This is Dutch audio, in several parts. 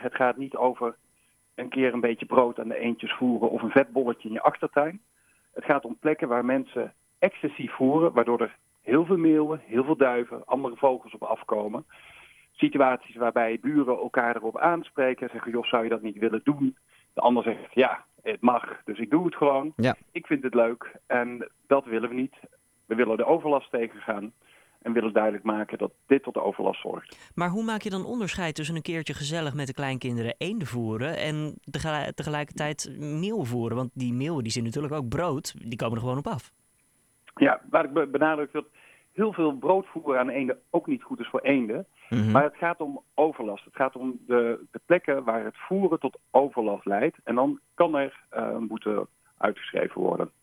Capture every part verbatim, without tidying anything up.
Het gaat niet over een keer een beetje brood aan de eendjes voeren of een vetbolletje in je achtertuin. Het gaat om plekken waar mensen excessief voeren, waardoor er heel veel meeuwen, heel veel duiven, andere vogels op afkomen. Situaties waarbij buren elkaar erop aanspreken, zeggen, joh, zou je dat niet willen doen? De ander zegt, ja, het mag, dus ik doe het gewoon. Ja. Ik vind het leuk en dat willen we niet. We willen de overlast tegengaan en willen duidelijk maken dat dit tot de overlast zorgt. Maar hoe maak je dan onderscheid tussen een keertje gezellig met de kleinkinderen eenden voeren en tegelijk, tegelijkertijd meeuwen voeren? Want die meeuwen die zien natuurlijk ook brood, die komen er gewoon op af. Ja, waar ik benadruk dat heel veel broodvoer aan eenden ook niet goed is voor eenden. Mm-hmm. Maar het gaat om overlast. Het gaat om de, de plekken waar het voeren tot overlast leidt. En dan kan er uh, een boete uitgeschreven worden.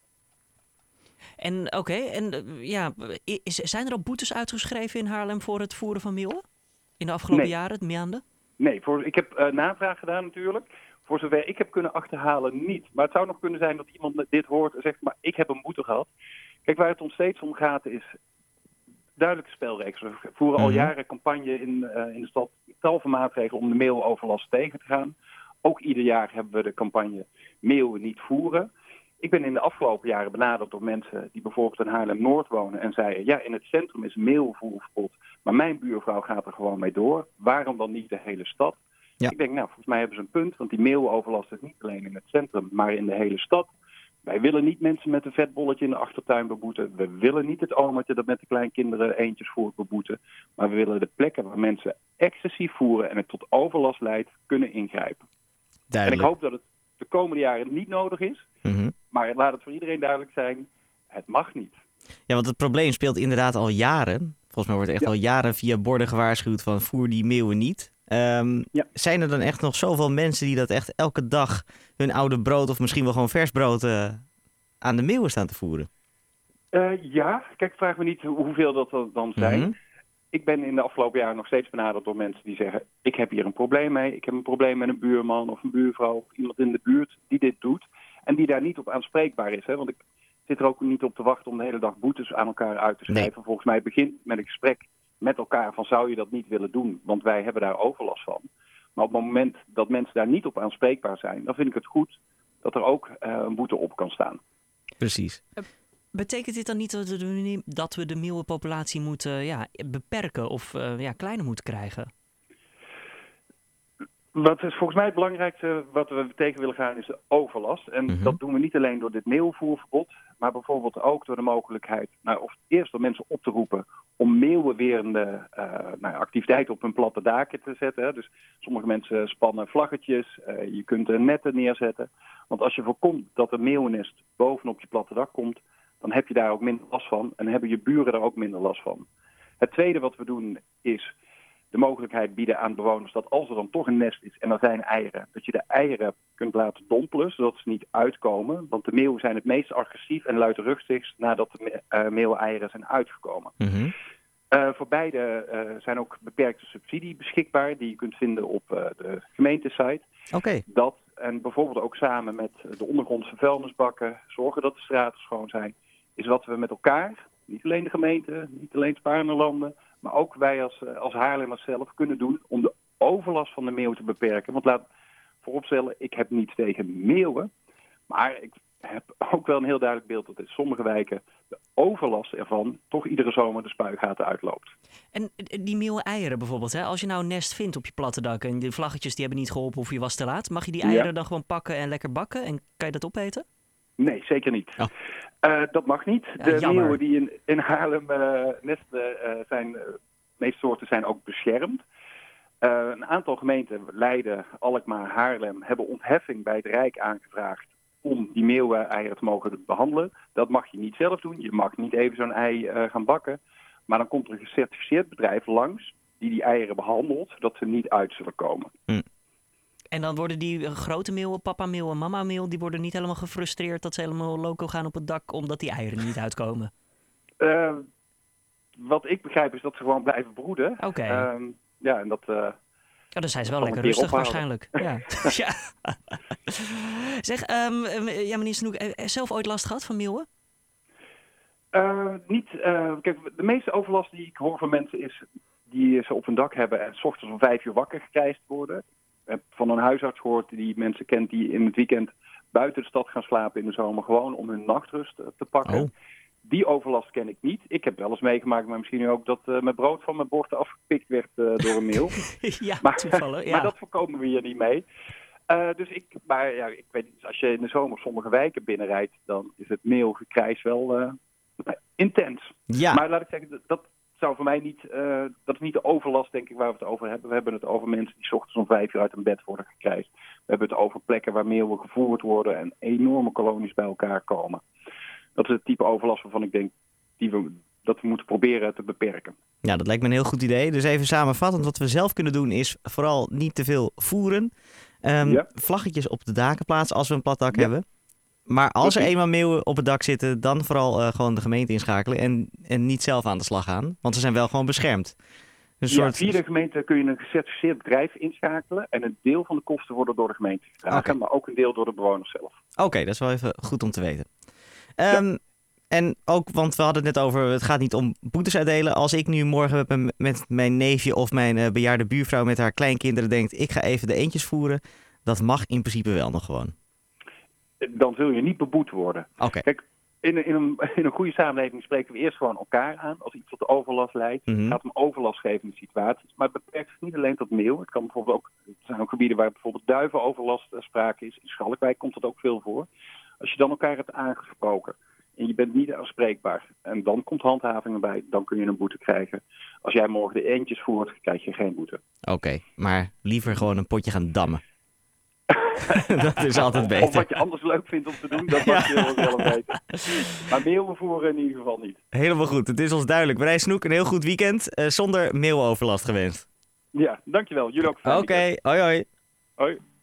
En oké, okay, en uh, ja, is, zijn er al boetes uitgeschreven in Haarlem voor het voeren van meeuwen? In de afgelopen nee. jaren, maanden? Nee, voor, ik heb uh, navraag gedaan natuurlijk. Voor zover ik heb kunnen achterhalen niet. Maar het zou nog kunnen zijn dat iemand dit hoort en zegt, maar ik heb een boete gehad. Kijk, waar het ons steeds om gaat is duidelijke spelregels. We voeren al jaren campagne in, uh, in de stad, tal van maatregelen om de meeuwenoverlast tegen te gaan. Ook ieder jaar hebben we de campagne Meeuwen niet voeren. Ik ben in de afgelopen jaren benaderd door mensen die bijvoorbeeld in Haarlem-Noord wonen en zeiden, ja, in het centrum is meeuwenvoerverbod, maar mijn buurvrouw gaat er gewoon mee door. Waarom dan niet de hele stad? Ja. Ik denk, nou, volgens mij hebben ze een punt, want die meeuwenoverlast is niet alleen in het centrum, maar in de hele stad. Wij willen niet mensen met een vetbolletje in de achtertuin beboeten. We willen niet het omertje dat met de kleinkinderen eentjes voert beboeten. Maar we willen de plekken waar mensen excessief voeren en het tot overlast leidt, kunnen ingrijpen. Duidelijk. En ik hoop dat het de komende jaren niet nodig is. Mm-hmm. Maar laat het voor iedereen duidelijk zijn, het mag niet. Ja, want het probleem speelt inderdaad al jaren. Volgens mij wordt echt ja. al jaren via borden gewaarschuwd van voer die meeuwen niet. Um, ja. Zijn er dan echt nog zoveel mensen die dat echt elke dag hun oude brood of misschien wel gewoon vers brood uh, aan de meeuwen staan te voeren? Uh, ja, kijk, vraag me niet hoeveel dat er dan zijn. Mm-hmm. Ik ben in de afgelopen jaren nog steeds benaderd door mensen die zeggen, ik heb hier een probleem mee. Ik heb een probleem met een buurman of een buurvrouw of iemand in de buurt die dit doet. En die daar niet op aanspreekbaar is. Hè? Want ik zit er ook niet op te wachten om de hele dag boetes aan elkaar uit te schrijven. Nee. Volgens mij begint met een gesprek met elkaar van zou je dat niet willen doen, want wij hebben daar overlast van. Maar op het moment dat mensen daar niet op aanspreekbaar zijn, dan vind ik het goed dat er ook uh, een boete op kan staan. Precies. Betekent dit dan niet dat we de, dat we de meeuwenpopulatie moeten ja, beperken of uh, ja, kleiner moeten krijgen? Wat is volgens mij het belangrijkste wat we tegen willen gaan is de overlast. En mm-hmm. dat doen we niet alleen door dit meeuwenvoerverbod, maar bijvoorbeeld ook door de mogelijkheid, nou, of eerst door mensen op te roepen om meeuwenwerende uh, nou, activiteiten op hun platte daken te zetten. Hè. Dus sommige mensen spannen vlaggetjes, uh, je kunt er netten neerzetten. Want als je voorkomt dat een meeuwennest bovenop je platte dak komt, dan heb je daar ook minder last van en hebben je buren daar ook minder last van. Het tweede wat we doen is de mogelijkheid bieden aan bewoners dat als er dan toch een nest is en er zijn eieren, dat je de eieren kunt laten dompelen, zodat ze niet uitkomen. Want de meeuwen zijn het meest agressief en luidruchtigst nadat de uh, meeuweneieren zijn uitgekomen. Mm-hmm. Uh, voor beide uh, zijn ook beperkte subsidie beschikbaar die je kunt vinden op uh, de gemeentesite. Okay. Dat en bijvoorbeeld ook samen met de ondergrondse vuilnisbakken zorgen dat de straten schoon zijn, is wat we met elkaar, niet alleen de gemeente, niet alleen Spaarnerlanden, maar ook wij als, als Haarlemmers zelf kunnen doen om de overlast van de meeuw te beperken. Want laat vooropstellen, ik heb niets tegen meeuwen, maar ik heb ook wel een heel duidelijk beeld dat in sommige wijken de overlast ervan toch iedere zomer de spuigaten uitloopt. En die meeuweneieren bijvoorbeeld, hè? Als je nou een nest vindt op je platte dak en de vlaggetjes die hebben niet geholpen of je was te laat, mag je die eieren ja. dan gewoon pakken en lekker bakken en kan je dat opeten? Nee, zeker niet. Oh. Uh, dat mag niet. Ja, de jammer. meeuwen die in, in Haarlem uh, nesten uh, zijn, uh, de meeste soorten zijn ook beschermd. Uh, een aantal gemeenten, Leiden, Alkmaar, Haarlem, hebben ontheffing bij het Rijk aangevraagd om die meeuweneieren te mogen behandelen. Dat mag je niet zelf doen. Je mag niet even zo'n ei uh, gaan bakken. Maar dan komt er een gecertificeerd bedrijf langs die die eieren behandelt, zodat ze niet uit zullen komen. Mm. En dan worden die grote meeuwen, papa meeuw en mama meeuw, die worden niet helemaal gefrustreerd dat ze helemaal loco gaan op het dak omdat die eieren niet uitkomen? Uh, wat ik begrijp is dat ze gewoon blijven broeden. Oké. Okay. Uh, ja, en dat... Uh, Ja, dan zijn ze wel lekker rustig waarschijnlijk. Ja. ja. Zeg, um, ja, meneer Snoek, zelf ooit last gehad van meeuwen? Uh, niet. Uh, kijk, de meeste overlast die ik hoor van mensen is die ze op hun dak hebben en 's ochtends om vijf uur wakker gekrijsd worden. heb van een huisarts gehoord die mensen kent die in het weekend buiten de stad gaan slapen in de zomer, gewoon om hun nachtrust te pakken. Oh. Die overlast ken ik niet. Ik heb wel eens meegemaakt, maar misschien ook dat uh, mijn brood van mijn bord afgepikt werd uh, door een mail. ja, maar, toevallig. Ja. maar dat voorkomen we hier niet mee. Uh, dus ik, maar ja, ik weet niet, als je in de zomer sommige wijken binnenrijdt, dan is het mailgekrijs wel uh, intens. Ja. Maar laat ik zeggen, dat, dat zou voor mij niet, uh, dat is niet de overlast, denk ik, waar we het over hebben. We hebben het over mensen die 's ochtends om vijf uur uit hun bed worden gekrijsd. We hebben het over plekken waar meeuwen gevoerd worden en enorme kolonies bij elkaar komen. Dat is het type overlast waarvan ik denk die we, dat we moeten proberen te beperken. Ja, dat lijkt me een heel goed idee. Dus even samenvattend, wat we zelf kunnen doen is vooral niet te veel voeren. Um, ja. Vlaggetjes op de daken plaatsen als we een plat dak ja. hebben. Maar als er eenmaal meeuwen op het dak zitten, dan vooral uh, gewoon de gemeente inschakelen en, en niet zelf aan de slag gaan. Want ze zijn wel gewoon beschermd. Een ja, soort... via de gemeente kun je een gecertificeerd bedrijf inschakelen. En een deel van de kosten worden door de gemeente gedragen, okay. maar ook een deel door de bewoners zelf. Oké, okay, dat is wel even goed om te weten. Um, ja. En ook, want we hadden het net over, het gaat niet om boetes uitdelen. Als ik nu morgen met, met mijn neefje of mijn uh, bejaarde buurvrouw met haar kleinkinderen denkt, ik ga even de eendjes voeren, dat mag in principe wel nog gewoon. Dan zul je niet beboet worden. Okay. Kijk, in, in, een, in een goede samenleving spreken we eerst gewoon elkaar aan. Als iets tot overlast leidt, mm-hmm. gaat het om overlastgevende situaties. Maar het beperkt zich niet alleen tot meeuw. Het kan bijvoorbeeld ook, er zijn ook gebieden waar bijvoorbeeld duivenoverlast uh, sprake is. In Schalkwijk komt dat ook veel voor. Als je dan elkaar hebt aangesproken en je bent niet aanspreekbaar en dan komt handhaving erbij, dan kun je een boete krijgen. Als jij morgen de eendjes voert, krijg je geen boete. Oké, okay, maar liever gewoon een potje gaan dammen. Dat is altijd beter. Of wat je anders leuk vindt om te doen, dat mag je heel wel weten. Maar meeuwen voeren in ieder geval niet. Helemaal goed, het is ons duidelijk. Marijn Snoek, een heel goed weekend uh, zonder meeuwenoverlast gewenst. Ja, dankjewel. Jullie ook. Oké, okay, hoi hoi. Hoi.